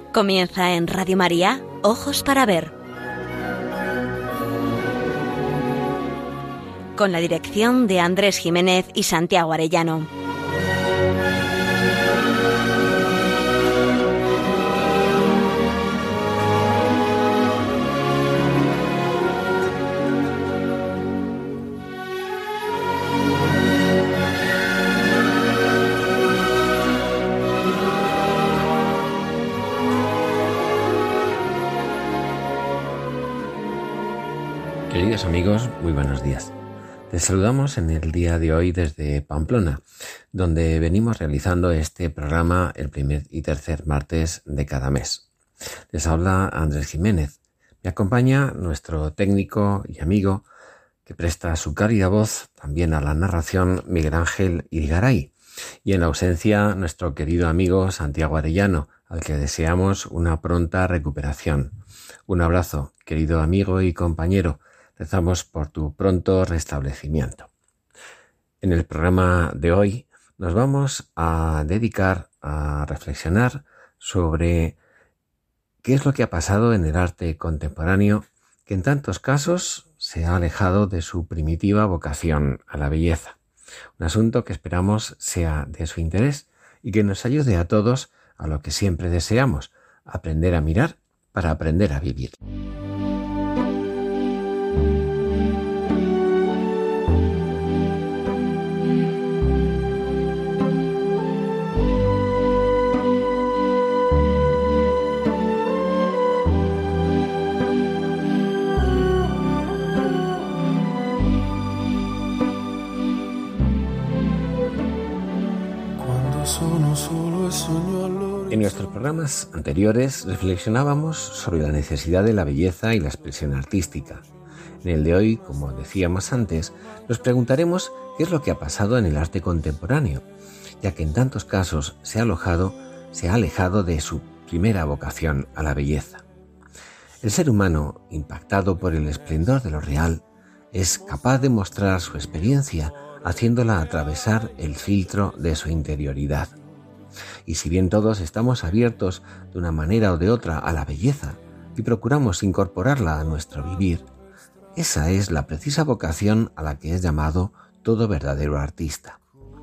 Comienza en Radio María, Ojos para Ver. Con la dirección de Andrés Jiménez y Santiago Arellano. Queridos amigos, muy buenos días. Les saludamos en el día de hoy desde Pamplona, donde venimos realizando este programa el primer y tercer martes de cada mes. Les habla Andrés Jiménez. Me acompaña nuestro técnico y amigo que presta su cálida voz también a la narración, Miguel Ángel Irigaray. Y en la ausencia, nuestro querido amigo Santiago Arellano, al que deseamos una pronta recuperación. Un abrazo, querido amigo y compañero. Rezamos por tu pronto restablecimiento. En el programa de hoy nos vamos a dedicar a reflexionar sobre qué es lo que ha pasado en el arte contemporáneo, que en tantos casos se ha alejado de su primitiva vocación a la belleza. Un asunto que esperamos sea de su interés y que nos ayude a todos a lo que siempre deseamos, aprender a mirar para aprender a vivir. En nuestros programas anteriores reflexionábamos sobre la necesidad de la belleza y la expresión artística. En el de hoy, como decíamos antes, nos preguntaremos qué es lo que ha pasado en el arte contemporáneo, ya que en tantos casos se ha alejado de su primera vocación a la belleza. El ser humano, impactado por el esplendor de lo real, es capaz de mostrar su experiencia haciéndola atravesar el filtro de su interioridad. Y si bien todos estamos abiertos de una manera o de otra a la belleza y procuramos incorporarla a nuestro vivir, esa es la precisa vocación a la que es llamado todo verdadero artista.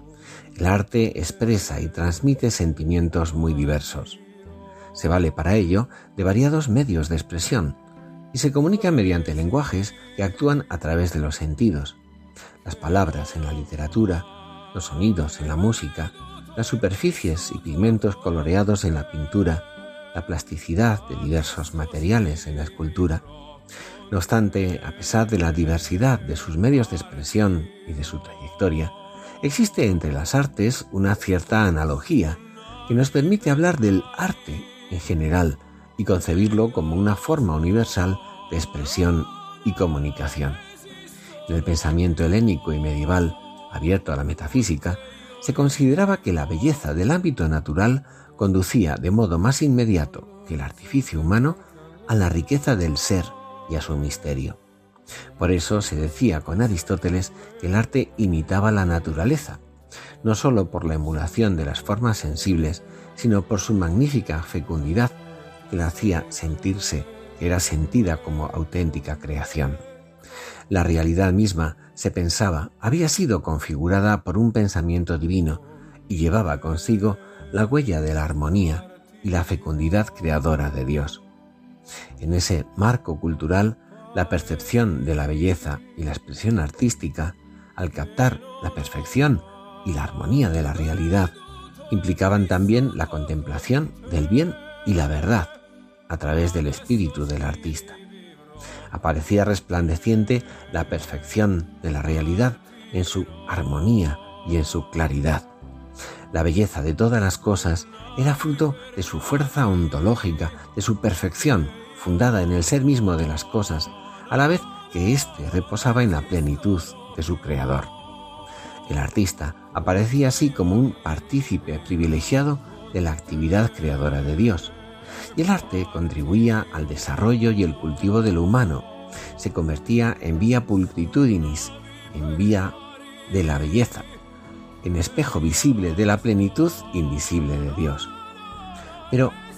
El arte expresa y transmite sentimientos muy diversos. Se vale para ello de variados medios de expresión y se comunica mediante lenguajes que actúan a través de los sentidos. Las palabras en la literatura, los sonidos en la música, las superficies y pigmentos coloreados en la pintura, la plasticidad de diversos materiales en la escultura. No obstante, a pesar de la diversidad de sus medios de expresión y de su trayectoria, existe entre las artes una cierta analogía que nos permite hablar del arte en general y concebirlo como una forma universal de expresión y comunicación. En el pensamiento helénico y medieval, abierto a la metafísica, se consideraba que la belleza del ámbito natural conducía de modo más inmediato que el artificio humano a la riqueza del ser y a su misterio. Por eso se decía con Aristóteles que el arte imitaba la naturaleza, no sólo por la emulación de las formas sensibles, sino por su magnífica fecundidad que la hacía sentirse, que era sentida como auténtica creación. La realidad misma, se pensaba, había sido configurada por un pensamiento divino y llevaba consigo la huella de la armonía y la fecundidad creadora de Dios. En ese marco cultural, la percepción de la belleza y la expresión artística, al captar la perfección y la armonía de la realidad, implicaban también la contemplación del bien y la verdad a través del espíritu del artista. Aparecía resplandeciente la perfección de la realidad en su armonía y en su claridad. La belleza de todas las cosas era fruto de su fuerza ontológica, de su perfección, fundada en el ser mismo de las cosas, a la vez que éste reposaba en la plenitud de su creador. El artista aparecía así como un partícipe privilegiado de la actividad creadora de Dios, y el arte contribuía al desarrollo y el cultivo de lo humano, se convertía en vía pulcritudinis, en vía de la belleza, en espejo visible de la plenitud invisible de Dios. Pero,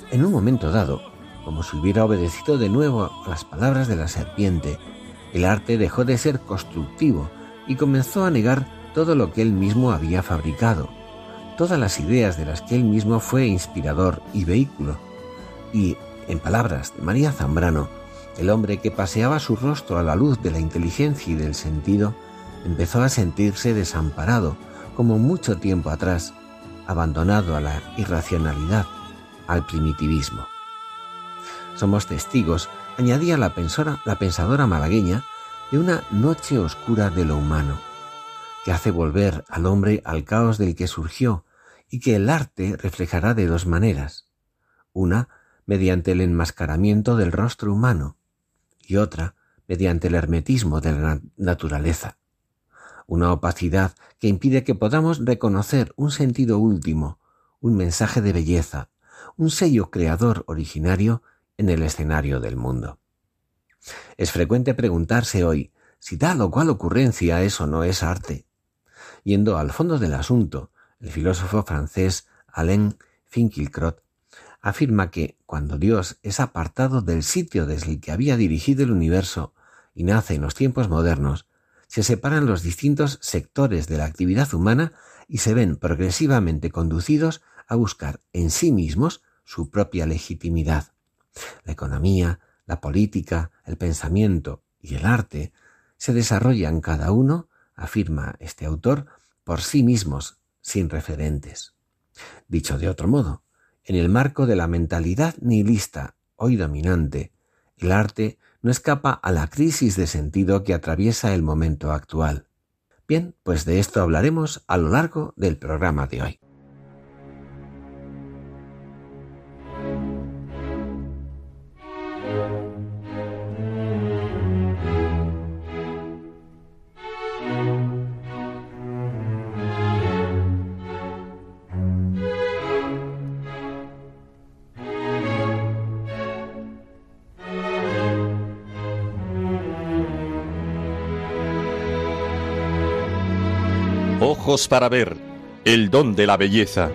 En un momento dado, como si hubiera obedecido de nuevo a las palabras de la serpiente, el arte dejó de ser constructivo y comenzó a negar todo lo que él mismo había fabricado, todas las ideas de las que él mismo fue inspirador y vehículo. Y, en palabras de María Zambrano, el hombre que paseaba su rostro a la luz de la inteligencia y del sentido empezó a sentirse desamparado, como mucho tiempo atrás, abandonado a la irracionalidad, al primitivismo. Somos testigos, añadía la pensadora malagueña, de una noche oscura de lo humano, que hace volver al hombre al caos del que surgió y que el arte reflejará de dos maneras: una, mediante el enmascaramiento del rostro humano, y otra, mediante el hermetismo de la naturaleza. Una opacidad que impide que podamos reconocer un sentido último, un mensaje de belleza, un sello creador originario en el escenario del mundo. Es frecuente preguntarse hoy si tal o cual ocurrencia es o no es arte. Yendo al fondo del asunto, el filósofo francés Alain Finkielkraut afirma que cuando Dios es apartado del sitio desde el que había dirigido el universo y nace en los tiempos modernos, se separan los distintos sectores de la actividad humana y se ven progresivamente conducidos a buscar en sí mismos su propia legitimidad. La economía, la política, el pensamiento y el arte se desarrollan cada uno, afirma este autor, por sí mismos, sin referentes. Dicho de otro modo, en el marco de la mentalidad nihilista hoy dominante, el arte no escapa a la crisis de sentido que atraviesa el momento actual. Bien, pues de esto hablaremos a lo largo del programa de hoy. Ojos para ver, el don de la belleza.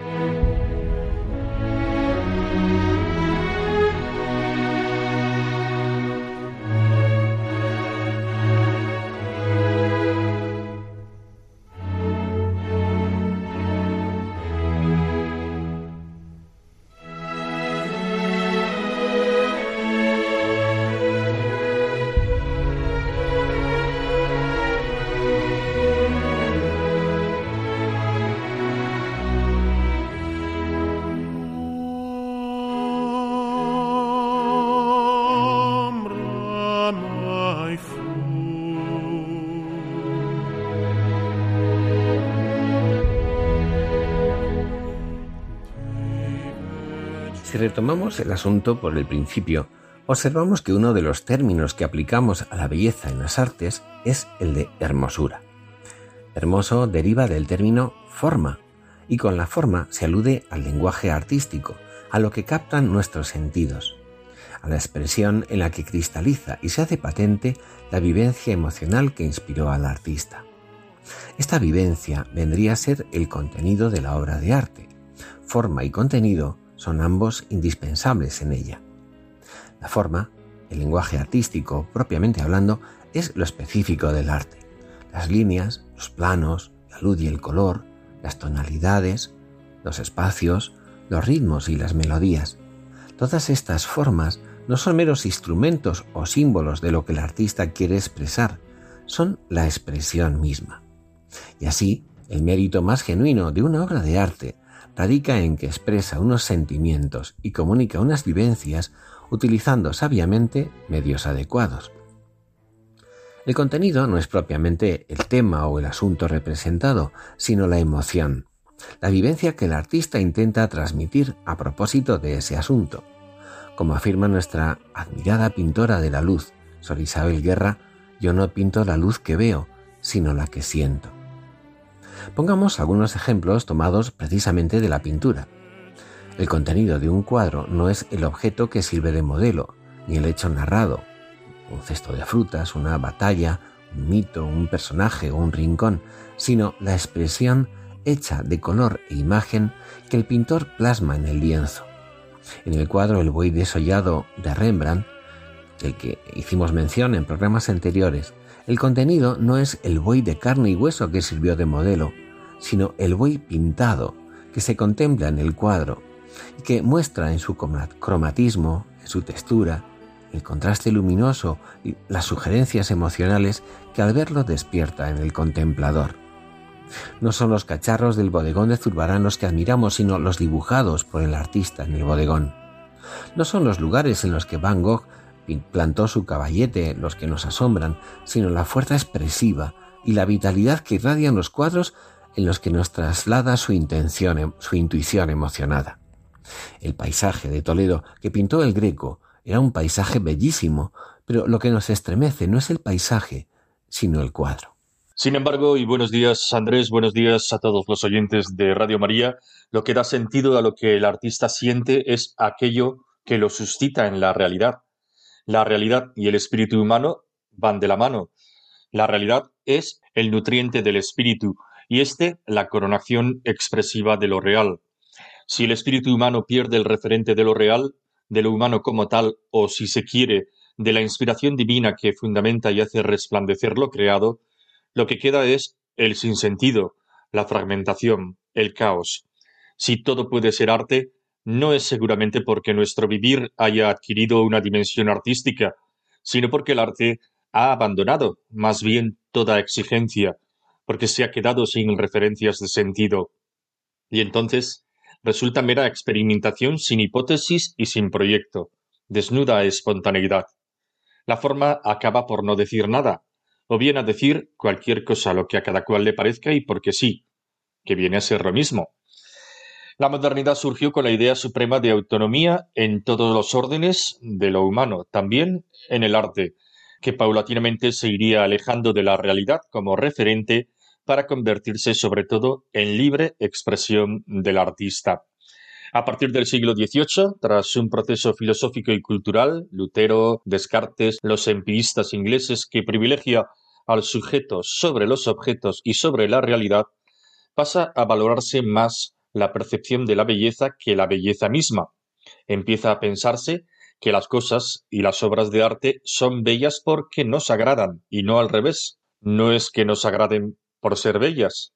Si retomamos el asunto por el principio, observamos que uno de los términos que aplicamos a la belleza en las artes es el de hermosura. Hermoso deriva del término forma, y con la forma se alude al lenguaje artístico, a lo que captan nuestros sentidos, a la expresión en la que cristaliza y se hace patente la vivencia emocional que inspiró al artista. Esta vivencia vendría a ser el contenido de la obra de arte. Forma y contenido son ambos indispensables en ella. La forma, el lenguaje artístico propiamente hablando, es lo específico del arte. Las líneas, los planos, la luz y el color, las tonalidades, los espacios, los ritmos y las melodías. Todas estas formas no son meros instrumentos o símbolos de lo que el artista quiere expresar, son la expresión misma. Y así, el mérito más genuino de una obra de arte radica en que expresa unos sentimientos y comunica unas vivencias utilizando sabiamente medios adecuados. El contenido no es propiamente el tema o el asunto representado, sino la emoción, la vivencia que el artista intenta transmitir a propósito de ese asunto. Como afirma nuestra admirada pintora de la luz, Sor Isabel Guerra, yo no pinto la luz que veo, sino la que siento. Pongamos algunos ejemplos tomados precisamente de la pintura. El contenido de un cuadro no es el objeto que sirve de modelo, ni el hecho narrado, un cesto de frutas, una batalla, un mito, un personaje o un rincón, sino la expresión hecha de color e imagen que el pintor plasma en el lienzo. En el cuadro El buey desollado de Rembrandt, del que hicimos mención en programas anteriores, el contenido no es el buey de carne y hueso que sirvió de modelo, sino el buey pintado que se contempla en el cuadro y que muestra en su cromatismo, en su textura, el contraste luminoso y las sugerencias emocionales que al verlo despierta en el contemplador. No son los cacharros del bodegón de Zurbarán los que admiramos, sino los dibujados por el artista en el bodegón. No son los lugares en los que Van Gogh plantó su caballete los que nos asombran, sino la fuerza expresiva y la vitalidad que irradian los cuadros en los que nos traslada su intuición emocionada. El paisaje de Toledo que pintó el Greco era un paisaje bellísimo, pero lo que nos estremece no es el paisaje, sino el cuadro. Sin embargo, y buenos días Andrés, buenos días a todos los oyentes de Radio María, lo que da sentido a lo que el artista siente es aquello que lo suscita en la realidad. La realidad y el espíritu humano van de la mano. La realidad es el nutriente del espíritu y la coronación expresiva de lo real. Si el espíritu humano pierde el referente de lo real, de lo humano como tal, o si se quiere, de la inspiración divina que fundamenta y hace resplandecer lo creado, lo que queda es el sinsentido, la fragmentación, el caos. Si todo puede ser arte, no es seguramente porque nuestro vivir haya adquirido una dimensión artística, sino porque el arte ha abandonado más bien toda exigencia, porque se ha quedado sin referencias de sentido. Y entonces resulta mera experimentación sin hipótesis y sin proyecto, desnuda a espontaneidad. La forma acaba por no decir nada, o bien a decir cualquier cosa lo que a cada cual le parezca y porque sí, que viene a ser lo mismo. La modernidad surgió con la idea suprema de autonomía en todos los órdenes de lo humano, también en el arte, que paulatinamente se iría alejando de la realidad como referente para convertirse sobre todo en libre expresión del artista. A partir del siglo XVIII, tras un proceso filosófico y cultural, Lutero, Descartes, los empiristas ingleses que privilegia al sujeto sobre los objetos y sobre la realidad, pasa a valorarse más la percepción de la belleza que la belleza misma. Empieza a pensarse que las cosas y las obras de arte son bellas porque nos agradan y no al revés. No es que nos agraden por ser bellas.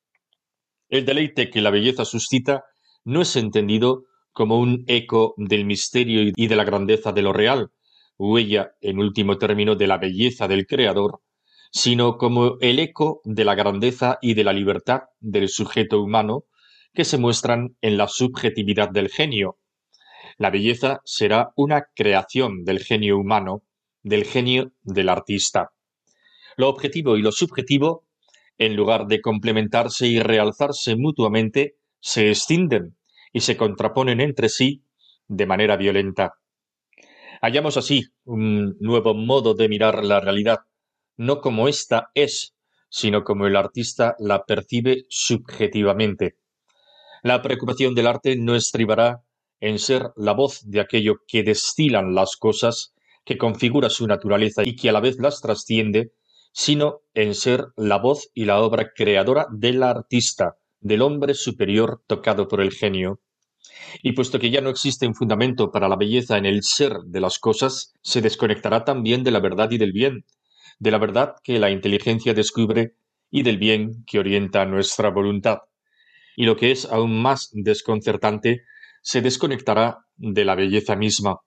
El deleite que la belleza suscita no es entendido como un eco del misterio y de la grandeza de lo real, huella, en último término, de la belleza del Creador, sino como el eco de la grandeza y de la libertad del sujeto humano que se muestran en la subjetividad del genio. La belleza será una creación del genio humano, del genio del artista. Lo objetivo y lo subjetivo, en lugar de complementarse y realzarse mutuamente, se escinden y se contraponen entre sí de manera violenta. Hallamos así un nuevo modo de mirar la realidad, no como ésta es, sino como el artista la percibe subjetivamente. La preocupación del arte no estribará en ser la voz de aquello que destilan las cosas, que configura su naturaleza y que a la vez las trasciende, sino en ser la voz y la obra creadora del artista, del hombre superior tocado por el genio. Y puesto que ya no existe un fundamento para la belleza en el ser de las cosas, se desconectará también de la verdad y del bien, de la verdad que la inteligencia descubre y del bien que orienta nuestra voluntad. Y lo que es aún más desconcertante, se desconectará de la belleza misma.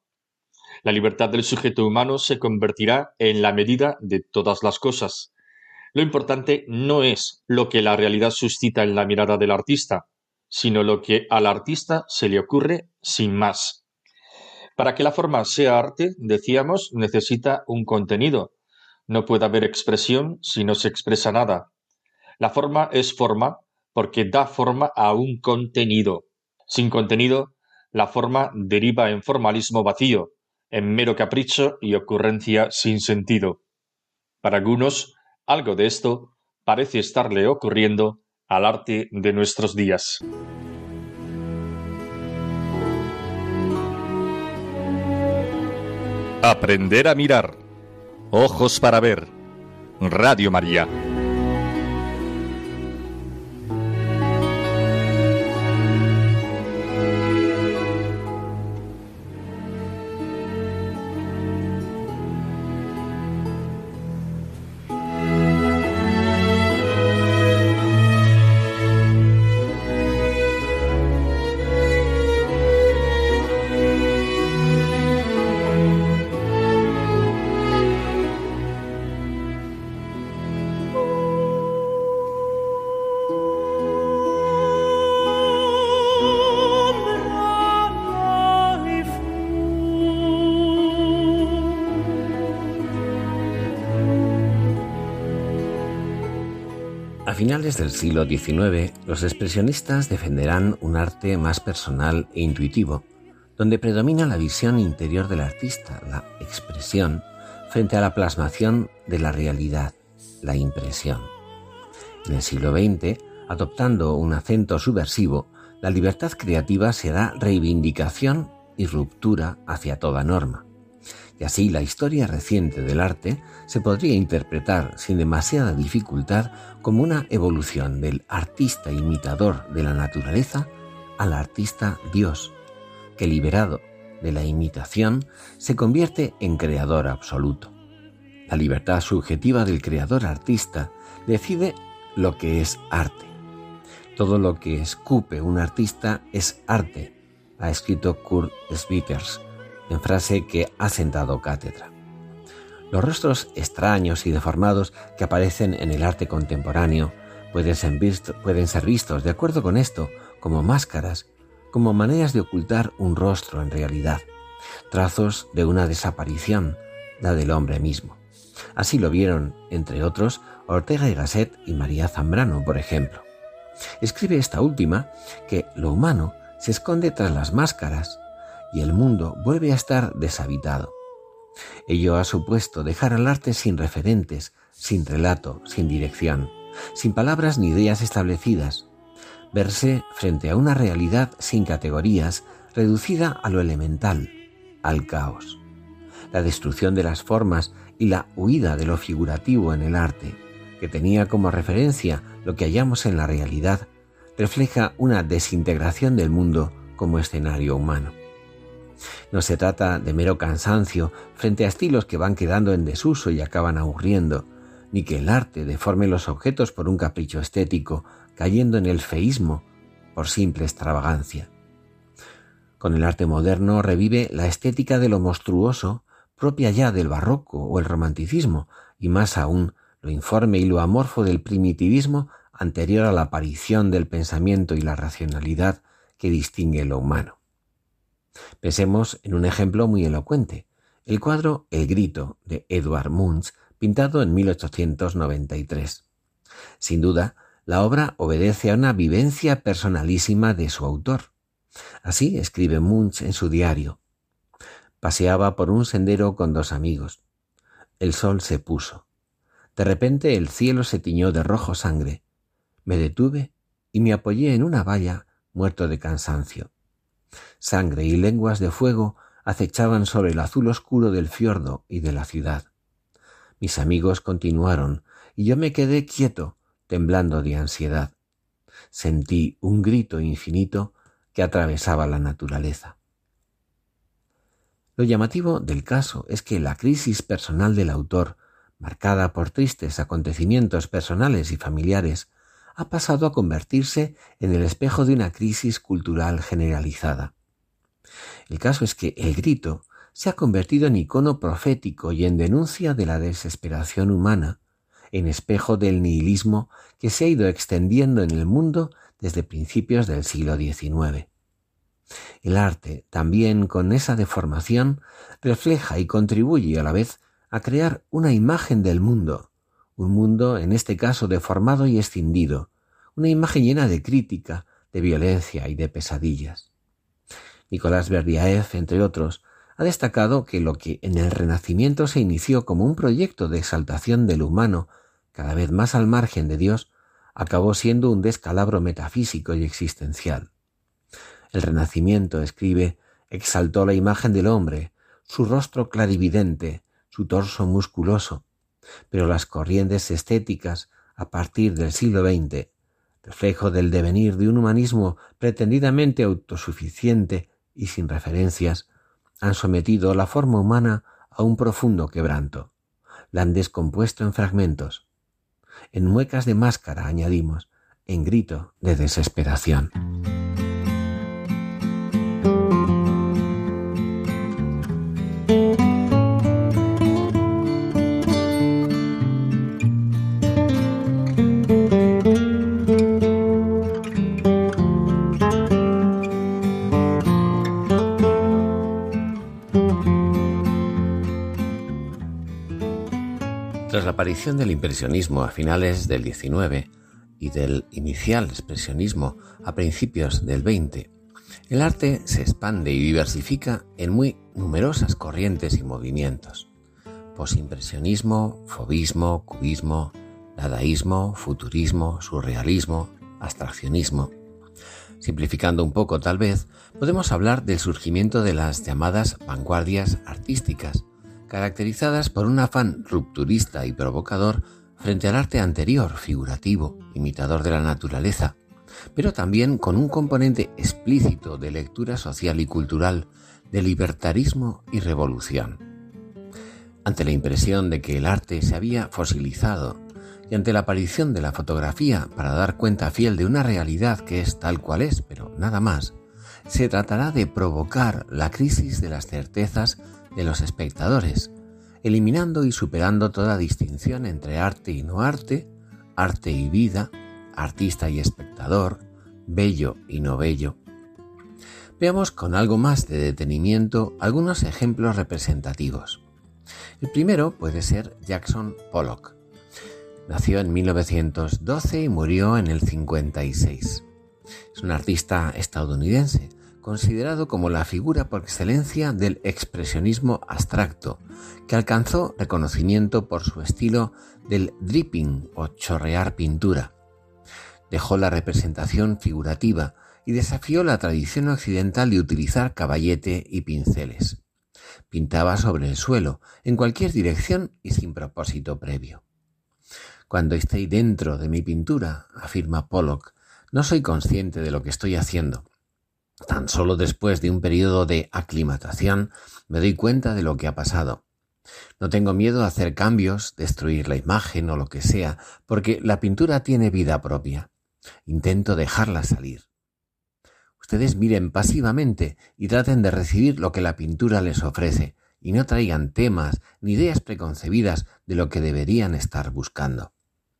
La libertad del sujeto humano se convertirá en la medida de todas las cosas. Lo importante no es lo que la realidad suscita en la mirada del artista, sino lo que al artista se le ocurre sin más. Para que la forma sea arte, decíamos, necesita un contenido. No puede haber expresión si no se expresa nada. La forma es forma porque da forma a un contenido. Sin contenido, la forma deriva en formalismo vacío, en mero capricho y ocurrencia sin sentido. Para algunos, algo de esto parece estarle ocurriendo al arte de nuestros días. Aprender a mirar. Ojos para ver. Radio María. finales del siglo XIX, los expresionistas defenderán un arte más personal e intuitivo, donde predomina la visión interior del artista, la expresión, frente a la plasmación de la realidad, la impresión. En el siglo XX, adoptando un acento subversivo, la libertad creativa será reivindicación y ruptura hacia toda norma. Y así la historia reciente del arte se podría interpretar sin demasiada dificultad como una evolución del artista imitador de la naturaleza al artista Dios, que liberado de la imitación se convierte en creador absoluto. La libertad subjetiva del creador artista decide lo que es arte. Todo lo que escupe un artista es arte, ha escrito Kurt Schwitters, en frase que ha sentado cátedra. Los rostros extraños y deformados que aparecen en el arte contemporáneo pueden ser vistos, de acuerdo con esto, como máscaras, como maneras de ocultar un rostro en realidad, trazos de una desaparición, la del hombre mismo. Así lo vieron, entre otros, Ortega y Gasset y María Zambrano, por ejemplo. Escribe esta última que lo humano se esconde tras las máscaras y el mundo vuelve a estar deshabitado. Ello ha supuesto dejar al arte sin referentes, sin relato, sin dirección, sin palabras ni ideas establecidas, verse frente a una realidad sin categorías, reducida a lo elemental, al caos. La destrucción de las formas y la huida de lo figurativo en el arte, que tenía como referencia lo que hallamos en la realidad, refleja una desintegración del mundo como escenario humano. No se trata de mero cansancio frente a estilos que van quedando en desuso y acaban aburriendo, ni que el arte deforme los objetos por un capricho estético, cayendo en el feísmo por simple extravagancia. Con el arte moderno revive la estética de lo monstruoso, propia ya del barroco o el romanticismo, y más aún lo informe y lo amorfo del primitivismo anterior a la aparición del pensamiento y la racionalidad que distingue lo humano. Pensemos en un ejemplo muy elocuente, el cuadro El Grito de Edvard Munch, pintado en 1893. Sin duda, la obra obedece a una vivencia personalísima de su autor. Así escribe Munch en su diario: paseaba por un sendero con dos amigos. El sol se puso. De repente el cielo se tiñó de rojo sangre. Me detuve y me apoyé en una valla, muerto de cansancio. Sangre y lenguas de fuego acechaban sobre el azul oscuro del fiordo y de la ciudad. Mis amigos continuaron y yo me quedé quieto, temblando de ansiedad. Sentí un grito infinito que atravesaba la naturaleza. Lo llamativo del caso es que la crisis personal del autor, marcada por tristes acontecimientos personales y familiares, ha pasado a convertirse en el espejo de una crisis cultural generalizada. El caso es que El Grito se ha convertido en icono profético y en denuncia de la desesperación humana, en espejo del nihilismo que se ha ido extendiendo en el mundo desde principios del siglo XIX. El arte, también con esa deformación, refleja y contribuye a la vez a crear una imagen del mundo, un mundo en este caso deformado y escindido, una imagen llena de crítica, de violencia y de pesadillas. Nicolás Berdyaev, entre otros, ha destacado que lo que en el Renacimiento se inició como un proyecto de exaltación del humano, cada vez más al margen de Dios, acabó siendo un descalabro metafísico y existencial. El Renacimiento, escribe, exaltó la imagen del hombre, su rostro clarividente, su torso musculoso, pero las corrientes estéticas, a partir del siglo XX, reflejo del devenir de un humanismo pretendidamente autosuficiente y sin referencias, han sometido la forma humana a un profundo quebranto, la han descompuesto en fragmentos, en muecas de máscara, añadimos, en grito de desesperación. Tras la aparición del impresionismo a finales del XIX, y del inicial expresionismo a principios del XX, el arte se expande y diversifica en muy numerosas corrientes y movimientos: posimpresionismo, fauvismo, cubismo, dadaísmo, futurismo, surrealismo, abstraccionismo. Simplificando un poco tal vez, podemos hablar del surgimiento de las llamadas vanguardias artísticas, caracterizadas por un afán rupturista y provocador frente al arte anterior, figurativo, imitador de la naturaleza, pero también con un componente explícito de lectura social y cultural, de libertarismo y revolución. Ante la impresión de que el arte se había fosilizado y ante la aparición de la fotografía para dar cuenta fiel de una realidad que es tal cual es, pero nada más, se tratará de provocar la crisis de las certezas de los espectadores, eliminando y superando toda distinción entre arte y no arte, arte y vida, artista y espectador, bello y no bello. Veamos con algo más de detenimiento algunos ejemplos representativos. El primero puede ser Jackson Pollock. Nació en 1912 y murió en el 56. Es un artista estadounidense, considerado como la figura por excelencia del expresionismo abstracto, que alcanzó reconocimiento por su estilo del dripping o chorrear pintura. Dejó la representación figurativa y desafió la tradición occidental de utilizar caballete y pinceles. Pintaba sobre el suelo, en cualquier dirección y sin propósito previo. Cuando estoy dentro de mi pintura, afirma Pollock, no soy consciente de lo que estoy haciendo. Tan solo después de un periodo de aclimatación me doy cuenta de lo que ha pasado. No tengo miedo a hacer cambios, destruir la imagen o lo que sea, porque la pintura tiene vida propia. Intento dejarla salir. Ustedes miren pasivamente y traten de recibir lo que la pintura les ofrece, y no traigan temas ni ideas preconcebidas de lo que deberían estar buscando.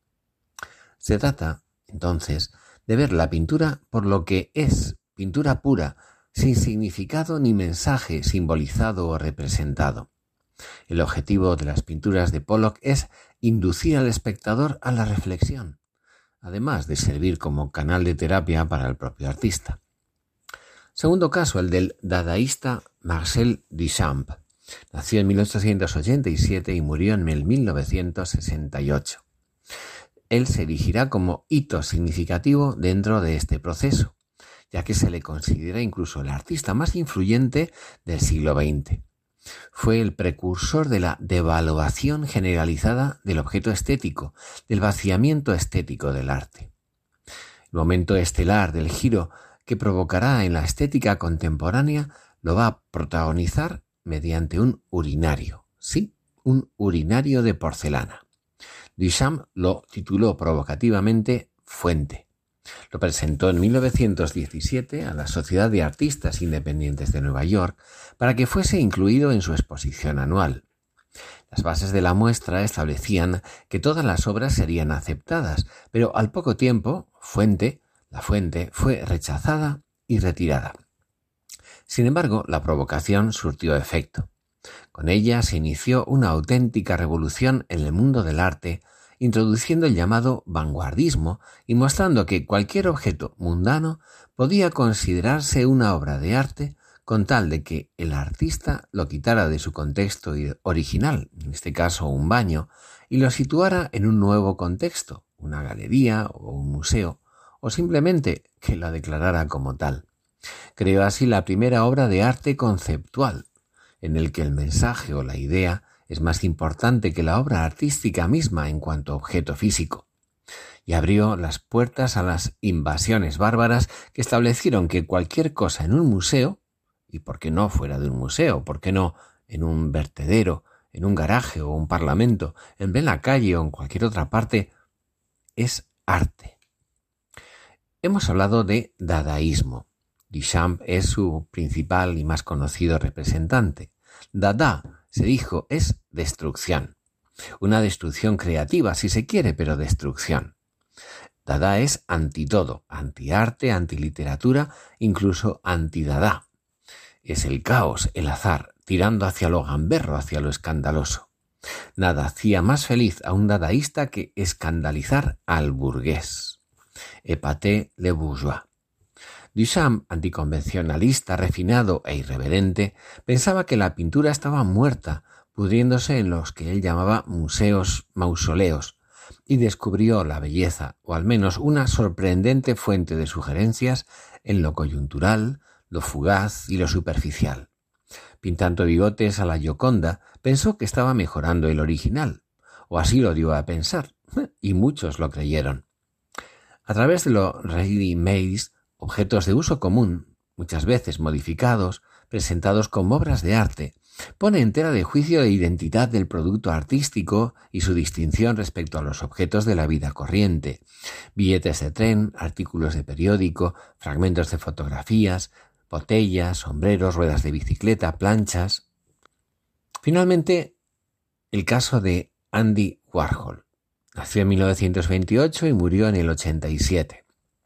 Se trata, entonces, de ver la pintura por lo que es, pintura pura, sin significado ni mensaje simbolizado o representado. El objetivo de las pinturas de Pollock es inducir al espectador a la reflexión, además de servir como canal de terapia para el propio artista. Segundo caso, el del dadaísta Marcel Duchamp. Nació en 1887 y murió en 1968. Él se erigirá como hito significativo dentro de este proceso, ya que se le considera incluso el artista más influyente del siglo XX. Fue el precursor de la devaluación generalizada del objeto estético, del vaciamiento estético del arte. El momento estelar del giro que provocará en la estética contemporánea lo va a protagonizar mediante un urinario. Sí, un urinario de porcelana. Duchamp lo tituló provocativamente Fuente. Lo presentó en 1917 a la Sociedad de Artistas Independientes de Nueva York para que fuese incluido en su exposición anual. Las bases de la muestra establecían que todas las obras serían aceptadas, pero al poco tiempo, la fuente fue rechazada y retirada. Sin embargo, la provocación surtió efecto. Con ella se inició una auténtica revolución en el mundo del arte, introduciendo el llamado vanguardismo y mostrando que cualquier objeto mundano podía considerarse una obra de arte con tal de que el artista lo quitara de su contexto original, en este caso un baño, y lo situara en un nuevo contexto, una galería o un museo, o simplemente que la declarara como tal. Creó así la primera obra de arte conceptual, en el que el mensaje o la idea es más importante que la obra artística misma en cuanto a objeto físico, y abrió las puertas a las invasiones bárbaras que establecieron que cualquier cosa en un museo, y por qué no fuera de un museo, por qué no en un vertedero, en un garaje o un parlamento, en plena calle o en cualquier otra parte, es arte. Hemos hablado de dadaísmo. Duchamp es su principal y más conocido representante. Dada, se dijo, es destrucción. Una destrucción creativa, si se quiere, pero destrucción. Dada es antitodo, antiarte, antiliteratura, incluso antidada. Es el caos, el azar, tirando hacia lo gamberro, hacia lo escandaloso. Nada hacía más feliz a un dadaísta que escandalizar al burgués. Épaté le bourgeois. Duchamp, anticonvencionalista, refinado e irreverente, pensaba que la pintura estaba muerta, pudriéndose en los que él llamaba mausoleos, y descubrió la belleza, o al menos una sorprendente fuente de sugerencias, en lo coyuntural, lo fugaz y lo superficial. Pintando bigotes a la Gioconda, pensó que estaba mejorando el original, o así lo dio a pensar, y muchos lo creyeron. A través de lo ready-made, objetos de uso común, muchas veces modificados, presentados como obras de arte, pone en tela de juicio la identidad del producto artístico y su distinción respecto a los objetos de la vida corriente. Billetes de tren, artículos de periódico, fragmentos de fotografías, botellas, sombreros, ruedas de bicicleta, planchas. Finalmente, el caso de Andy Warhol. Nació en 1928 y murió en el 87.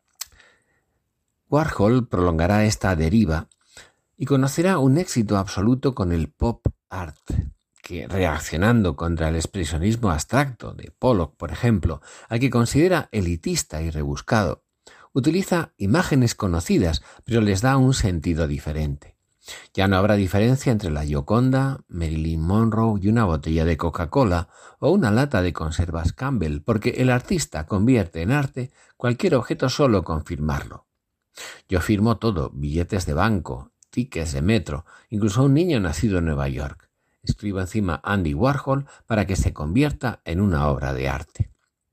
Warhol prolongará esta deriva y conocerá un éxito absoluto con el pop art, que, reaccionando contra el expresionismo abstracto de Pollock, por ejemplo, al que considera elitista y rebuscado, utiliza imágenes conocidas, pero les da un sentido diferente. Ya no habrá diferencia entre la Gioconda, Marilyn Monroe y una botella de Coca-Cola o una lata de conservas Campbell, porque el artista convierte en arte cualquier objeto solo con firmarlo. Yo firmo todo, billetes de banco, tickets de metro, incluso un niño nacido en Nueva York. Escribo encima Andy Warhol para que se convierta en una obra de arte.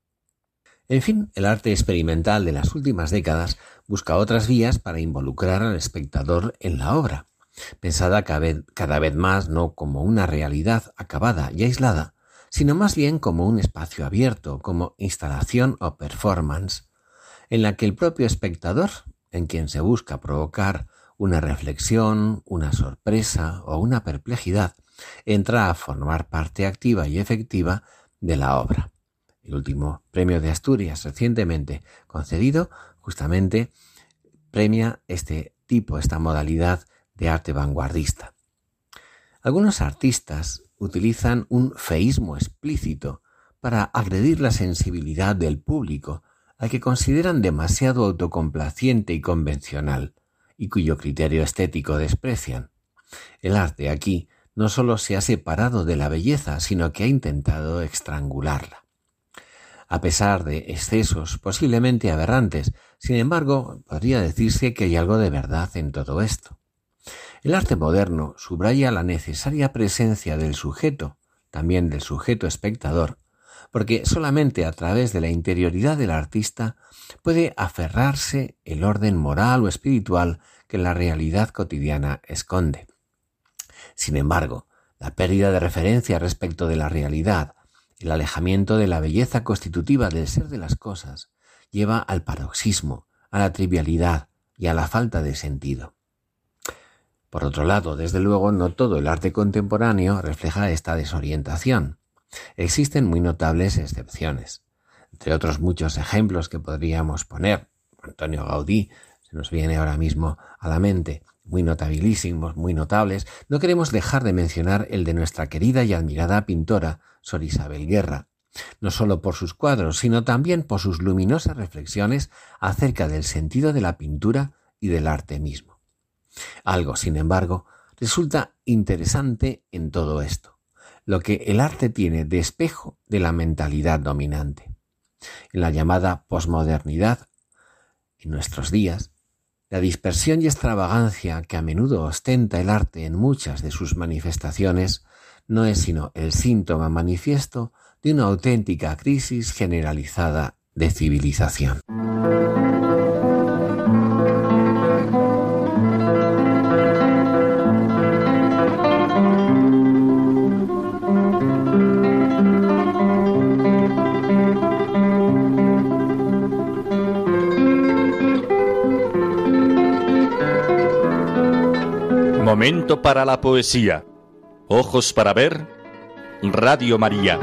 En fin, el arte experimental de las últimas décadas busca otras vías para involucrar al espectador en la obra, pensada cada vez más no como una realidad acabada y aislada, sino más bien como un espacio abierto, como instalación o performance, en la que el propio espectador, en quien se busca provocar una reflexión, una sorpresa o una perplejidad, entra a formar parte activa y efectiva de la obra. El último premio de Asturias recientemente concedido justamente premia esta modalidad de arte vanguardista. Algunos artistas utilizan un feísmo explícito para agredir la sensibilidad del público, al que consideran demasiado autocomplaciente y convencional, y cuyo criterio estético desprecian. El arte aquí no solo se ha separado de la belleza, sino que ha intentado estrangularla. A pesar de excesos posiblemente aberrantes, sin embargo, podría decirse que hay algo de verdad en todo esto. El arte moderno subraya la necesaria presencia del sujeto, también del sujeto espectador, porque solamente a través de la interioridad del artista puede aferrarse el orden moral o espiritual que la realidad cotidiana esconde. Sin embargo, la pérdida de referencia respecto de la realidad, el alejamiento de la belleza constitutiva del ser de las cosas, lleva al paroxismo, a la trivialidad y a la falta de sentido. Por otro lado, desde luego, no todo el arte contemporáneo refleja esta desorientación. Existen muy notables excepciones. Entre otros muchos ejemplos que podríamos poner, Antonio Gaudí se nos viene ahora mismo a la mente, muy notabilísimos, muy notables. No queremos dejar de mencionar el de nuestra querida y admirada pintora Sor Isabel Guerra, no solo por sus cuadros, sino también por sus luminosas reflexiones acerca del sentido de la pintura y del arte mismo. Algo, sin embargo, resulta interesante en todo esto, lo que el arte tiene de espejo de la mentalidad dominante. En la llamada posmodernidad, en nuestros días, la dispersión y extravagancia que a menudo ostenta el arte en muchas de sus manifestaciones no es sino el síntoma manifiesto de una auténtica crisis generalizada de civilización. Momento para la poesía. Ojos para ver. Radio María.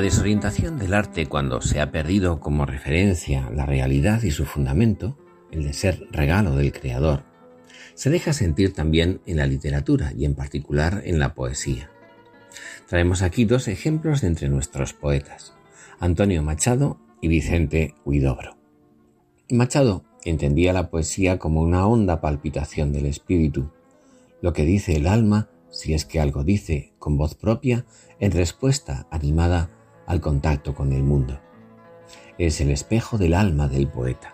desorientación del arte cuando se ha perdido como referencia la realidad y su fundamento, el de ser regalo del Creador, se deja sentir también en la literatura y en particular en la poesía. Traemos aquí dos ejemplos de entre nuestros poetas, Antonio Machado y Vicente Huidobro. Machado entendía la poesía como una honda palpitación del espíritu, lo que dice el alma, si es que algo dice, con voz propia, en respuesta animada al contacto con el mundo. Es el espejo del alma del poeta.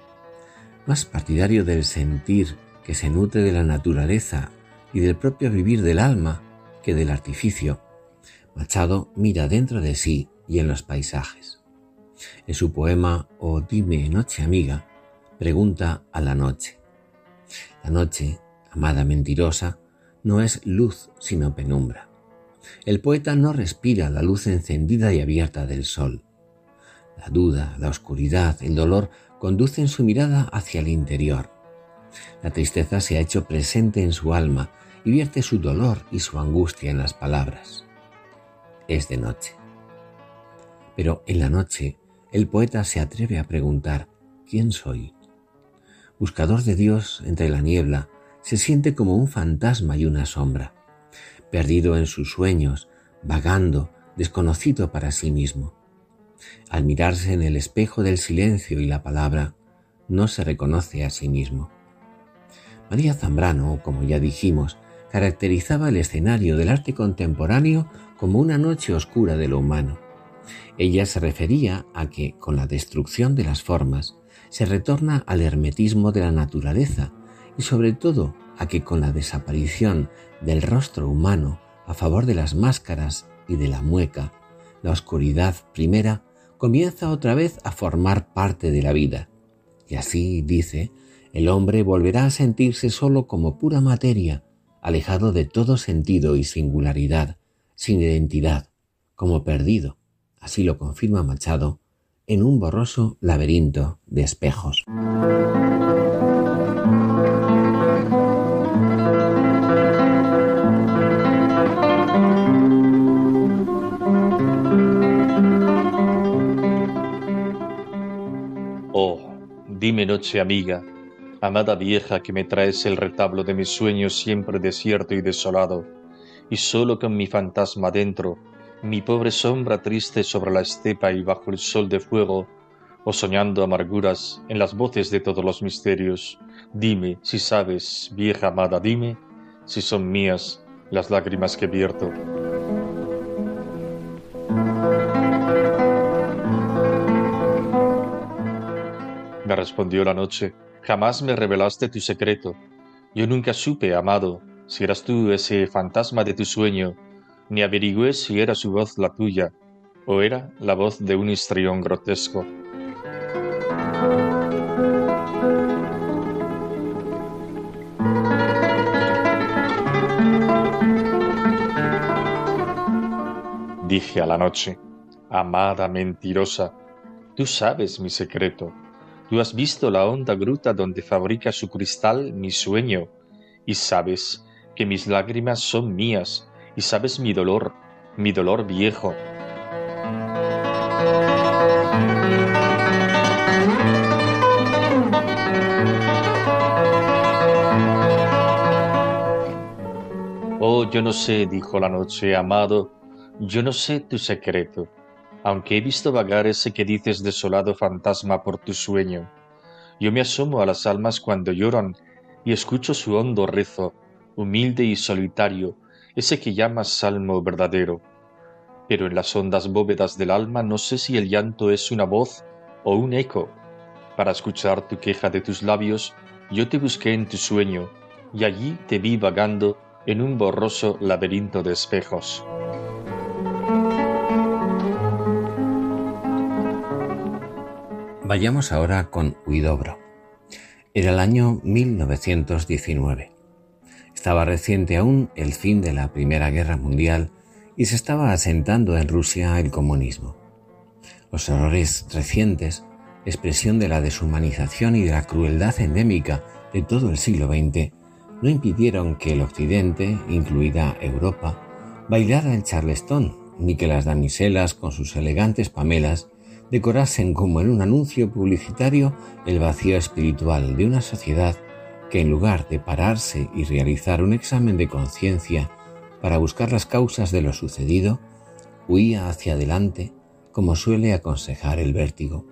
Más partidario del sentir que se nutre de la naturaleza y del propio vivir del alma que del artificio, Machado mira dentro de sí y en los paisajes. En su poema O dime, noche amiga, pregunta a la noche. La noche, amada mentirosa, no es luz sino penumbra. El poeta no respira la luz encendida y abierta del sol. La duda, la oscuridad, el dolor conducen su mirada hacia el interior. La tristeza se ha hecho presente en su alma y vierte su dolor y su angustia en las palabras. Es de noche. Pero en la noche, el poeta se atreve a preguntar: ¿quién soy? Buscador de Dios entre la niebla, se siente como un fantasma y una sombra, perdido en sus sueños, vagando, desconocido para sí mismo. Al mirarse en el espejo del silencio y la palabra, no se reconoce a sí mismo. María Zambrano, como ya dijimos, caracterizaba el escenario del arte contemporáneo como una noche oscura de lo humano. Ella se refería a que, con la destrucción de las formas, se retorna al hermetismo de la naturaleza y sobre todo a que con la desaparición del rostro humano a favor de las máscaras y de la mueca, la oscuridad primera comienza otra vez a formar parte de la vida. Y así, dice, el hombre volverá a sentirse solo como pura materia, alejado de todo sentido y singularidad, sin identidad, como perdido, así lo confirma Machado, en un borroso laberinto de espejos. Oh, dime noche amiga, amada vieja que me traes el retablo de mis sueños siempre desierto y desolado, y solo con mi fantasma dentro, mi pobre sombra triste sobre la estepa y bajo el sol de fuego, o soñando amarguras en las voces de todos los misterios. Dime si sabes, vieja amada, dime si son mías las lágrimas que vierto. Me respondió la noche: jamás me revelaste tu secreto. Yo nunca supe, amado, si eras tú ese fantasma de tu sueño, ni averigüé si era su voz la tuya, o era la voz de un histrión grotesco. Dije a la noche: amada mentirosa, tú sabes mi secreto. Tú has visto la honda gruta donde fabrica su cristal mi sueño, y sabes que mis lágrimas son mías, y sabes mi dolor viejo. Oh, yo no sé, dijo la noche, amado, yo no sé tu secreto, aunque he visto vagar ese que dices desolado fantasma por tu sueño. Yo me asomo a las almas cuando lloran y escucho su hondo rezo, humilde y solitario, ese que llamas salmo verdadero. Pero en las hondas bóvedas del alma no sé si el llanto es una voz o un eco. Para escuchar tu queja de tus labios, yo te busqué en tu sueño, y allí te vi vagando en un borroso laberinto de espejos. Vayamos ahora con Huidobro. Era el año 1919. Estaba reciente aún el fin de la Primera Guerra Mundial y se estaba asentando en Rusia el comunismo. Los horrores recientes, expresión de la deshumanización y de la crueldad endémica de todo el siglo XX, no impidieron que el Occidente, incluida Europa, bailara el charleston ni que las damiselas con sus elegantes pamelas decorasen como en un anuncio publicitario el vacío espiritual de una sociedad que, en lugar de pararse y realizar un examen de conciencia para buscar las causas de lo sucedido, huía hacia adelante como suele aconsejar el vértigo.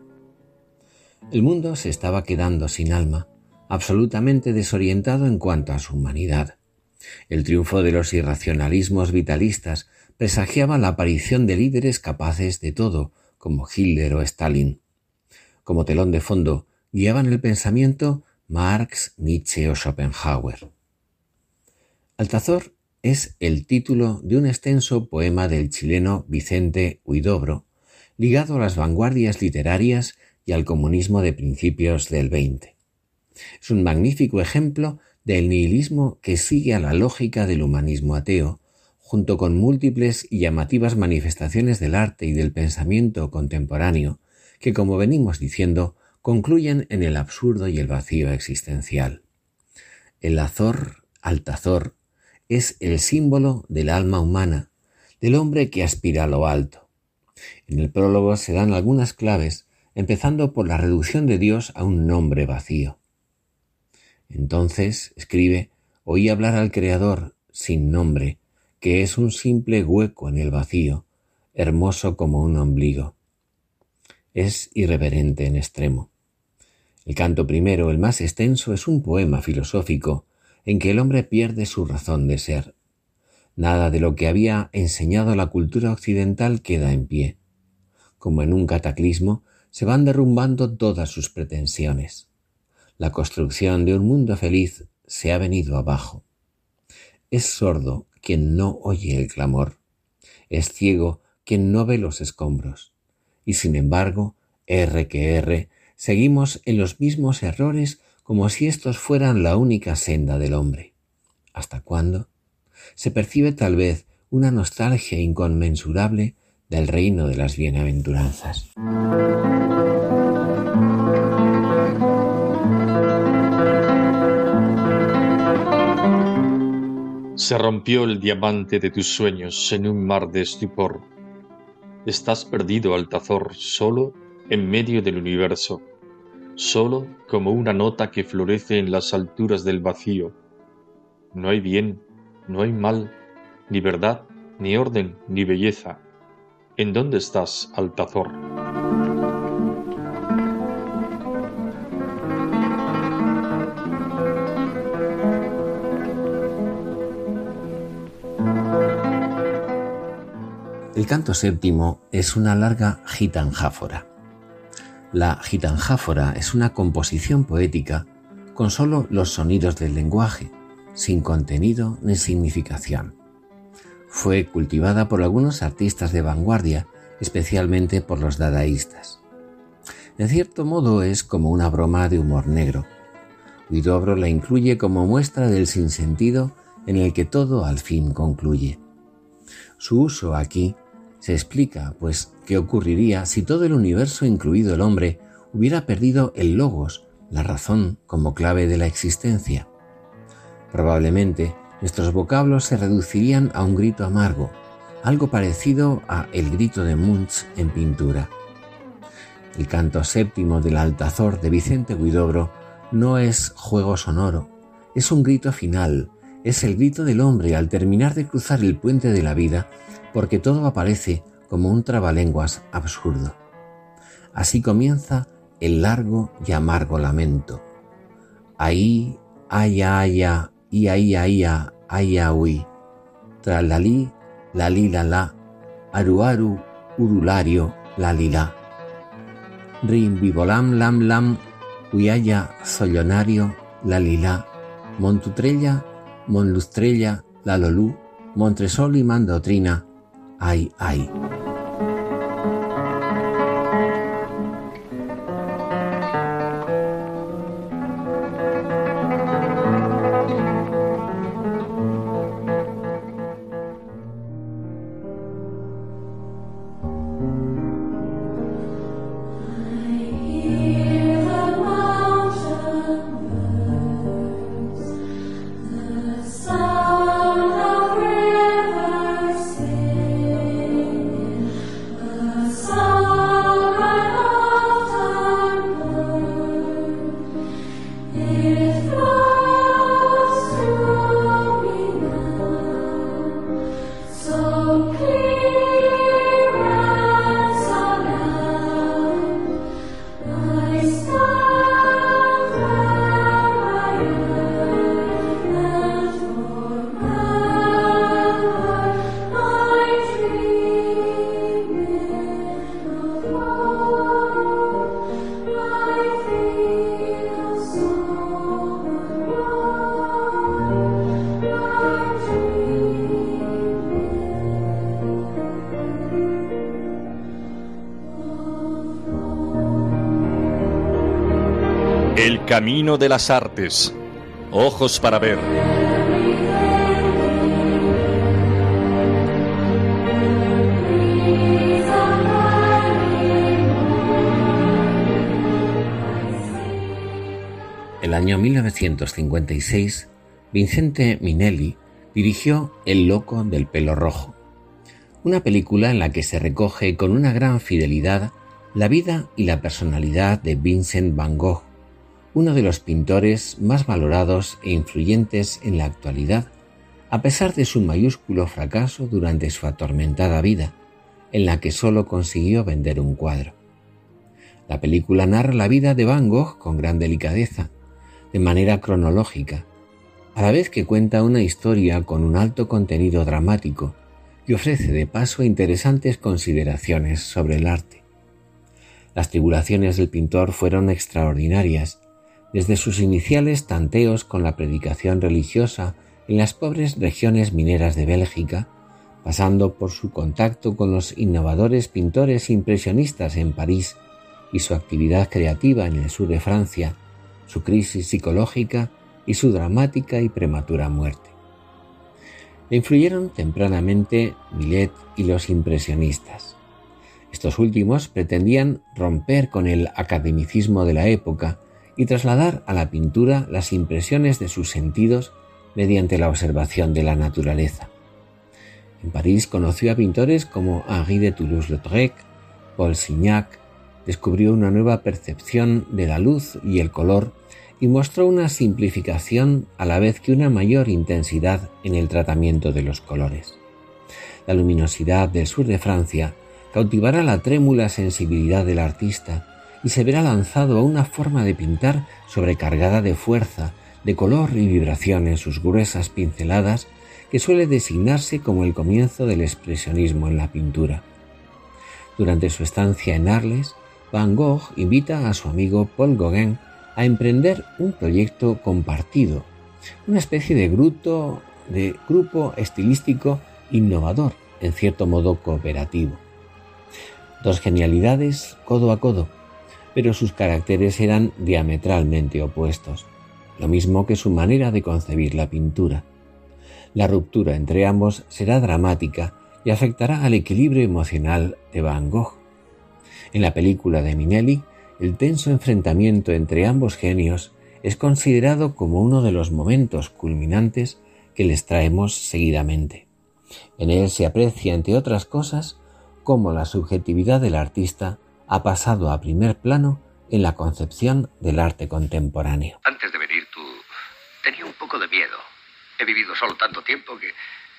El mundo se estaba quedando sin alma, absolutamente desorientado en cuanto a su humanidad. El triunfo de los irracionalismos vitalistas presagiaba la aparición de líderes capaces de todo, como Hitler o Stalin. Como telón de fondo guiaban el pensamiento Marx, Nietzsche o Schopenhauer. Altazor es el título de un extenso poema del chileno Vicente Huidobro, ligado a las vanguardias literarias y al comunismo de principios del XX. Es un magnífico ejemplo del nihilismo que sigue a la lógica del humanismo ateo, junto con múltiples y llamativas manifestaciones del arte y del pensamiento contemporáneo que, como venimos diciendo, concluyen en el absurdo y el vacío existencial. El Azor, Altazor, es el símbolo del alma humana, del hombre que aspira a lo alto. En el prólogo se dan algunas claves, empezando por la reducción de Dios a un nombre vacío. Entonces, escribe, oí hablar al Creador sin nombre, que es un simple hueco en el vacío, hermoso como un ombligo. Es irreverente en extremo. El canto primero, el más extenso, es un poema filosófico en que el hombre pierde su razón de ser. Nada de lo que había enseñado la cultura occidental queda en pie. Como en un cataclismo, se van derrumbando todas sus pretensiones. La construcción de un mundo feliz se ha venido abajo. Es sordo quien no oye el clamor. Es ciego quien no ve los escombros. Y sin embargo, erre que erre, seguimos en los mismos errores como si estos fueran la única senda del hombre. ¿Hasta cuándo? Se percibe tal vez una nostalgia inconmensurable del reino de las bienaventuranzas. Se rompió el diamante de tus sueños en un mar de estupor. Estás perdido, Altazor, solo en medio del universo, solo como una nota que florece en las alturas del vacío. No hay bien, no hay mal, ni verdad, ni orden, ni belleza. ¿En dónde estás, Altazor? El canto séptimo es una larga gitanjáfora. La gitanjáfora es una composición poética con solo los sonidos del lenguaje, sin contenido ni significación. Fue cultivada por algunos artistas de vanguardia, especialmente por los dadaístas. En cierto modo es como una broma de humor negro. Huidobro la incluye como muestra del sinsentido en el que todo al fin concluye. Su uso aquí se explica, pues, qué ocurriría si todo el universo, incluido el hombre, hubiera perdido el logos, la razón como clave de la existencia. Probablemente nuestros vocablos se reducirían a un grito amargo, algo parecido a el grito de Munch en pintura. El canto séptimo del Altazor de Vicente Huidobro no es juego sonoro, es un grito final, es el grito del hombre al terminar de cruzar el puente de la vida, porque todo aparece como un trabalenguas absurdo. Así comienza el largo y amargo lamento. Ahí, aya, aya, ia, ia, ia, aya, ui. Tralalí, lalí, lalá, aru, aru, urulario, lalilá. Rimbibolam, lam, lam, uyaya, sollonario, lalilá. Montutrella, monlustrella, lalolú, Montresol y mandotrina, ay, ay. Sound of rivers sing. El camino de las artes. Ojos para ver. El año 1956, Vincente Minnelli dirigió El loco del pelo rojo, una película en la que se recoge con una gran fidelidad la vida y la personalidad de Vincent van Gogh, uno de los pintores más valorados e influyentes en la actualidad, a pesar de su mayúsculo fracaso durante su atormentada vida, en la que solo consiguió vender un cuadro. La película narra la vida de Van Gogh con gran delicadeza, de manera cronológica, a la vez que cuenta una historia con un alto contenido dramático y ofrece de paso interesantes consideraciones sobre el arte. Las tribulaciones del pintor fueron extraordinarias, desde sus iniciales tanteos con la predicación religiosa en las pobres regiones mineras de Bélgica, pasando por su contacto con los innovadores pintores impresionistas en París y su actividad creativa en el sur de Francia, su crisis psicológica y su dramática y prematura muerte. Le influyeron tempranamente Millet y los impresionistas. Estos últimos pretendían romper con el academicismo de la época y trasladar a la pintura las impresiones de sus sentidos mediante la observación de la naturaleza. En París conoció a pintores como Henri de Toulouse-Lautrec, Paul Signac, descubrió una nueva percepción de la luz y el color y mostró una simplificación a la vez que una mayor intensidad en el tratamiento de los colores. La luminosidad del sur de Francia cautivará la trémula sensibilidad del artista y se verá lanzado a una forma de pintar sobrecargada de fuerza, de color y vibración en sus gruesas pinceladas que suele designarse como el comienzo del expresionismo en la pintura. Durante su estancia en Arles, Van Gogh invita a su amigo Paul Gauguin a emprender un proyecto compartido, una especie de grupo estilístico innovador, en cierto modo cooperativo. Dos genialidades codo a codo, pero sus caracteres eran diametralmente opuestos, lo mismo que su manera de concebir la pintura. La ruptura entre ambos será dramática y afectará al equilibrio emocional de Van Gogh. En la película de Minnelli, el tenso enfrentamiento entre ambos genios es considerado como uno de los momentos culminantes que les traemos seguidamente. En él se aprecia, entre otras cosas, cómo la subjetividad del artista ha pasado a primer plano en la concepción del arte contemporáneo. Antes de venir tú, tenía un poco de miedo. He vivido solo tanto tiempo que...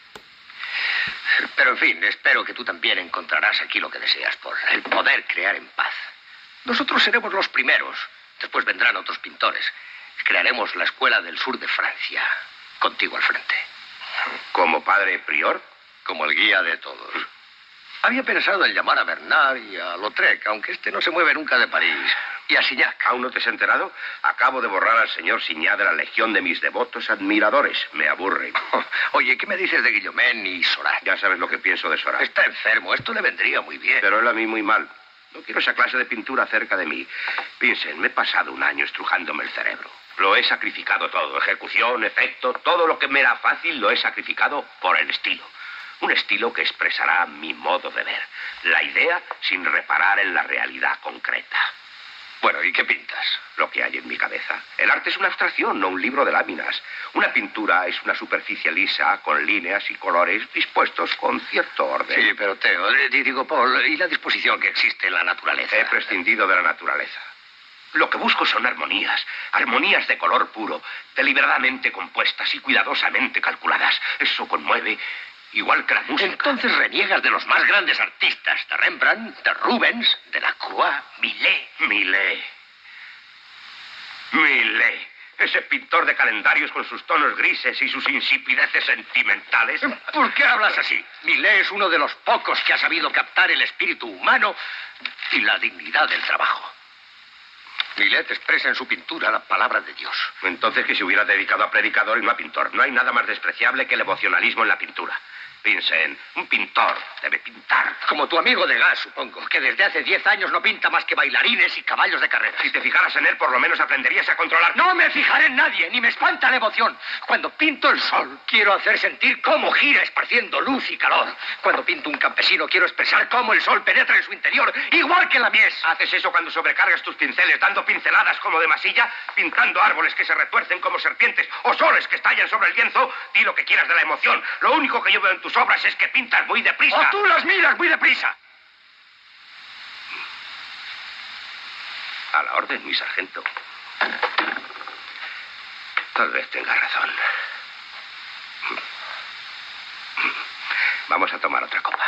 Pero en fin, espero que tú también encontrarás aquí lo que deseas, por el poder crear en paz. Nosotros seremos los primeros. Después vendrán otros pintores. Crearemos la escuela del sur de Francia, contigo al frente. ¿Como padre prior? Como el guía de todos. Había pensado en llamar a Bernard y a Lautrec, aunque este no se mueve nunca de París. Y a Signac. ¿Aún no te has enterado? Acabo de borrar al señor Signac de la legión de mis devotos admiradores. Me aburre. Oye, ¿qué me dices de Guillaumin y Seurat? Ya sabes lo que pienso de Seurat. Está enfermo. Esto le vendría muy bien. Pero él a mí muy mal. No quiero esa clase de pintura cerca de mí. Piensen, me he pasado un año estrujándome el cerebro. Lo he sacrificado todo. Ejecución, efecto, todo lo que me era fácil lo he sacrificado por el estilo. Un estilo que expresará mi modo de ver. La idea sin reparar en la realidad concreta. Bueno, ¿y qué pintas? Lo que hay en mi cabeza. El arte es una abstracción, no un libro de láminas. Una pintura es una superficie lisa, con líneas y colores dispuestos con cierto orden. Sí, pero Theo, digo, Paul, ¿y la disposición que existe en la naturaleza? He prescindido de la naturaleza. Lo que busco son armonías. Armonías de color puro, deliberadamente compuestas y cuidadosamente calculadas. Eso conmueve, igual que la música. Entonces reniegas de los más grandes artistas, de Rembrandt, de Rubens, de Lacroix, Millet. Millet. Ese pintor de calendarios con sus tonos grises y sus insipideces sentimentales. ¿Por qué hablas así? Millet es uno de los pocos que ha sabido captar el espíritu humano y la dignidad del trabajo. Millet expresa en su pintura la palabra de Dios. Entonces que se hubiera dedicado a predicador y no a pintor. No hay nada más despreciable que el emocionalismo en la pintura. Vincent, un pintor debe pintar. Como tu amigo de gas, supongo, que desde hace 10 años no pinta más que bailarines y caballos de carrera. Si te fijaras en él, por lo menos aprenderías a controlar... No me fijaré en nadie, ni me espanta la emoción. Cuando pinto el sol, quiero hacer sentir cómo gira esparciendo luz y calor. Cuando pinto un campesino, quiero expresar cómo el sol penetra en su interior, igual que la mies. ¿Haces eso cuando sobrecargas tus pinceles, dando pinceladas como de masilla, pintando árboles que se retuercen como serpientes o soles que estallan sobre el lienzo? Di lo que quieras de la emoción. Lo único que yo veo en tus obras es que pintas muy deprisa. ¡O tú las miras muy deprisa! A la orden, mi sargento. Tal vez tenga razón. Vamos a tomar otra copa.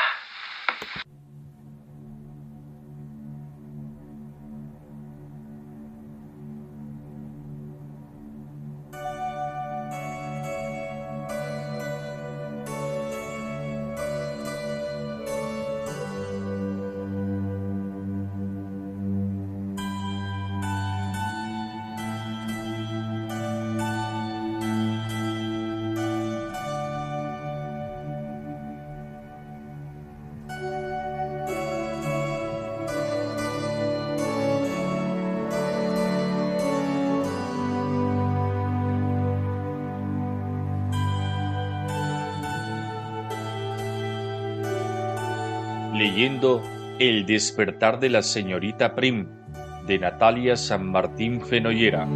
Leyendo El despertar de la señorita Prim, de Natalia San Martín Fenollera.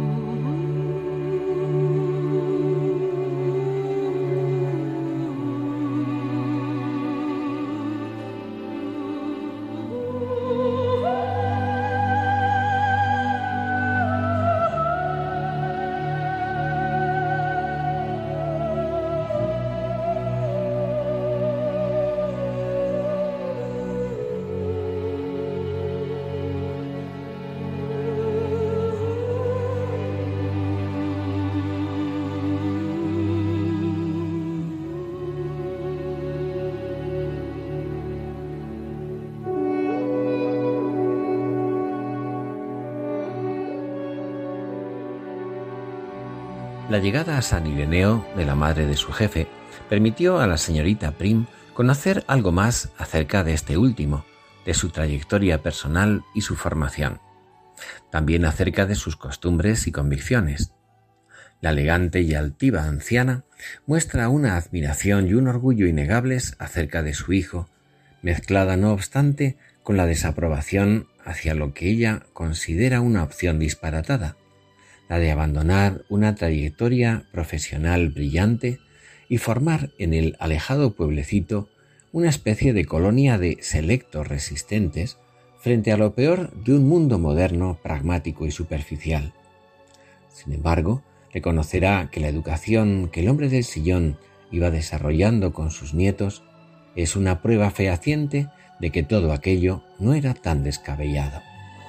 La llegada a San Ireneo de la madre de su jefe permitió a la señorita Prim conocer algo más acerca de este último, de su trayectoria personal y su formación, también acerca de sus costumbres y convicciones. La elegante y altiva anciana muestra una admiración y un orgullo innegables acerca de su hijo, mezclada no obstante con la desaprobación hacia lo que ella considera una opción disparatada, la de abandonar una trayectoria profesional brillante y formar en el alejado pueblecito una especie de colonia de selectos resistentes frente a lo peor de un mundo moderno, pragmático y superficial. Sin embargo, reconocerá que la educación que el hombre del sillón iba desarrollando con sus nietos es una prueba fehaciente de que todo aquello no era tan descabellado.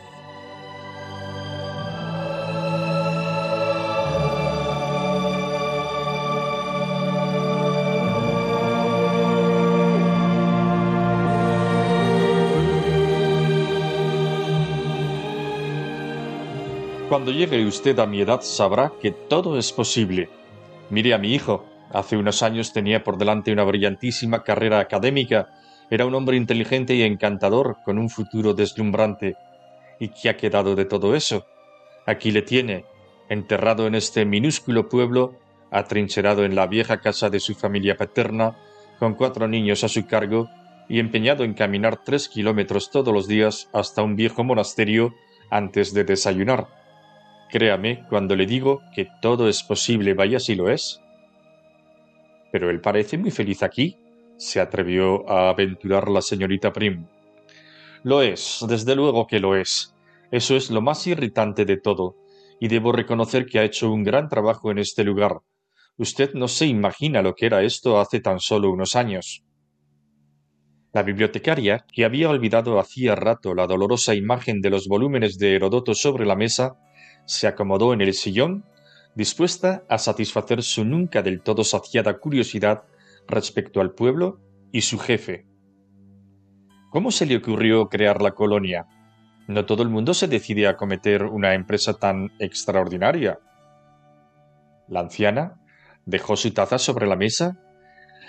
Cuando llegue usted a mi edad sabrá que todo es posible. Mire a mi hijo. Hace unos años tenía por delante una brillantísima carrera académica. Era un hombre inteligente y encantador, con un futuro deslumbrante. ¿Y qué ha quedado de todo eso? Aquí le tiene, enterrado en este minúsculo pueblo, atrincherado en la vieja casa de su familia paterna, con 4 niños a su cargo y empeñado en caminar 3 kilómetros todos los días hasta un viejo monasterio antes de desayunar. Créame cuando le digo que todo es posible, vaya si lo es. Pero él parece muy feliz aquí, se atrevió a aventurar la señorita Prim. Lo es, desde luego que lo es. Eso es lo más irritante de todo, y debo reconocer que ha hecho un gran trabajo en este lugar. Usted no se imagina lo que era esto hace tan solo unos años. La bibliotecaria, que había olvidado hacía rato la dolorosa imagen de los volúmenes de Heródoto sobre la mesa, se acomodó en el sillón, dispuesta a satisfacer su nunca del todo saciada curiosidad respecto al pueblo y su jefe. ¿Cómo se le ocurrió crear la colonia? No todo el mundo se decide a acometer una empresa tan extraordinaria. La anciana dejó su taza sobre la mesa,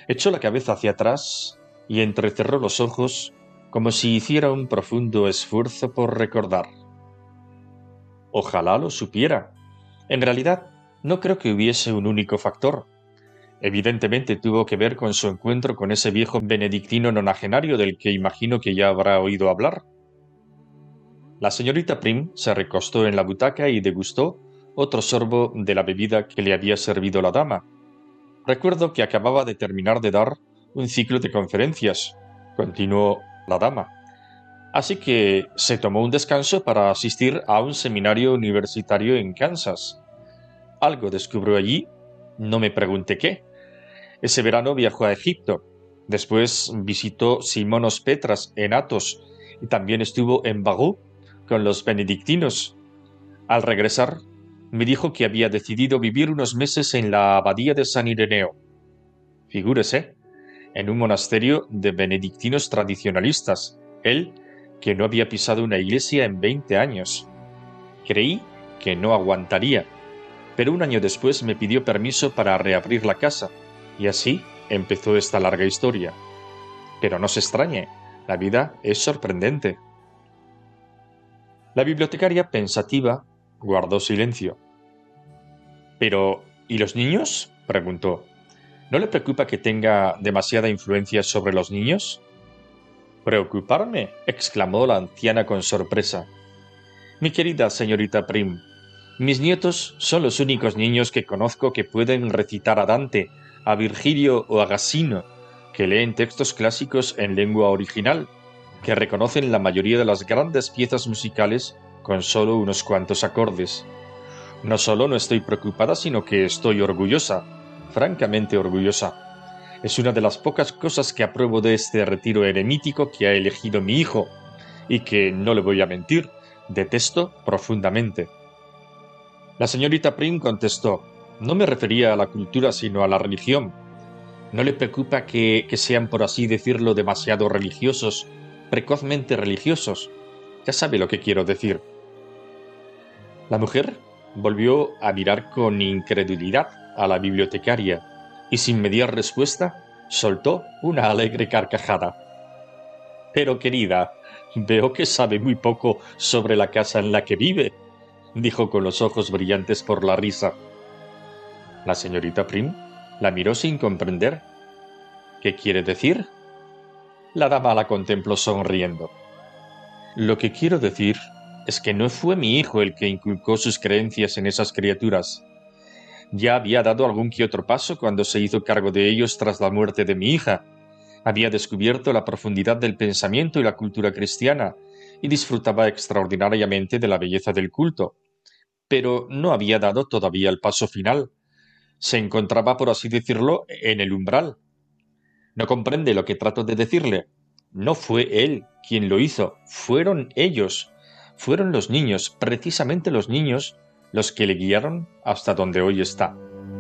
Echó la cabeza hacia atrás y entrecerró los ojos como si hiciera un profundo esfuerzo por recordar. Ojalá lo supiera. En realidad, no creo que hubiese un único factor. Evidentemente tuvo que ver con su encuentro con ese viejo benedictino nonagenario del que imagino que ya habrá oído hablar. La señorita Prim se recostó en la butaca y degustó otro sorbo de la bebida que le había servido la dama. Recuerdo que acababa de terminar de dar un ciclo de conferencias, continuó la dama. Así que se tomó un descanso para asistir a un seminario universitario en Kansas. Algo descubrió allí, no me pregunté qué. Ese verano viajó a Egipto. Después visitó Simonos Petras en Athos y también estuvo en Bagú con los benedictinos. Al regresar, me dijo que había decidido vivir unos meses en la abadía de San Ireneo. Figúrese, en un monasterio de benedictinos tradicionalistas, él, que no había pisado una iglesia en 20 años. Creí que no aguantaría, pero un año después me pidió permiso para reabrir la casa, y así empezó esta larga historia. Pero no se extrañe, la vida es sorprendente. La bibliotecaria, pensativa, guardó silencio. «Pero, ¿y los niños?», preguntó. «¿No le preocupa que tenga demasiada influencia sobre los niños?». «¿Preocuparme?», exclamó la anciana con sorpresa. «Mi querida señorita Prim, mis nietos son los únicos niños que conozco que pueden recitar a Dante, a Virgilio o a Gassino, que leen textos clásicos en lengua original, que reconocen la mayoría de las grandes piezas musicales con solo unos cuantos acordes. No solo no estoy preocupada, sino que estoy orgullosa, francamente orgullosa. Es una de las pocas cosas que apruebo de este retiro eremítico que ha elegido mi hijo, y que, no le voy a mentir, detesto profundamente». La señorita Prim contestó: «No me refería a la cultura, sino a la religión. ¿No le preocupa que sean, por así decirlo, demasiado religiosos, precozmente religiosos? Ya sabe lo que quiero decir». La mujer volvió a mirar con incredulidad a la bibliotecaria y, sin mediar respuesta, soltó una alegre carcajada. «Pero, querida, veo que sabe muy poco sobre la casa en la que vive», dijo con los ojos brillantes por la risa. La señorita Prim la miró sin comprender. «¿Qué quiere decir?». La dama la contempló sonriendo. «Lo que quiero decir es que no fue mi hijo el que inculcó sus creencias en esas criaturas. Ya había dado algún que otro paso cuando se hizo cargo de ellos tras la muerte de mi hija. Había descubierto la profundidad del pensamiento y la cultura cristiana, y disfrutaba extraordinariamente de la belleza del culto. Pero no había dado todavía el paso final. Se encontraba, por así decirlo, en el umbral. ¿No comprende lo que trato de decirle? No fue él quien lo hizo, fueron ellos. Fueron los niños, precisamente los niños, los que le guiaron hasta donde hoy está».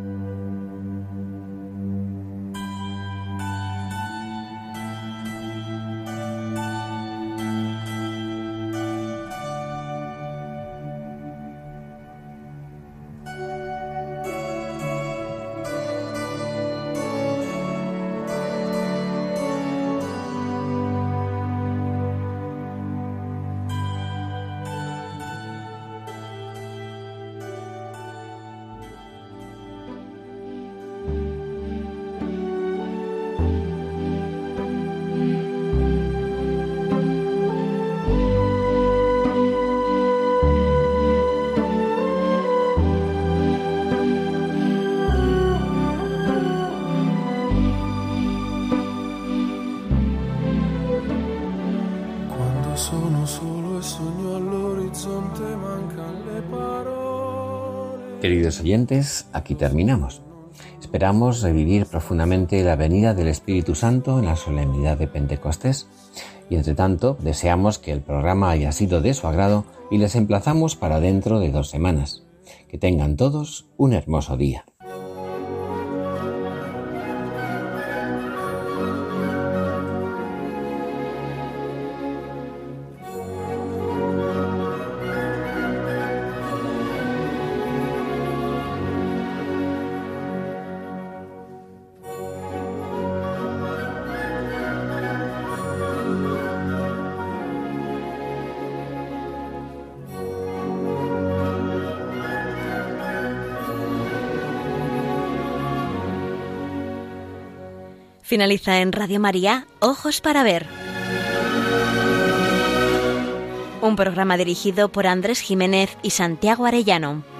Queridos oyentes, aquí terminamos. Esperamos revivir profundamente la venida del Espíritu Santo en la solemnidad de Pentecostés y, entre tanto, deseamos que el programa haya sido de su agrado y les emplazamos para dentro de 2 semanas. Que tengan todos un hermoso día. Finaliza en Radio María, Ojos para Ver. Un programa dirigido por Andrés Jiménez y Santiago Arellano.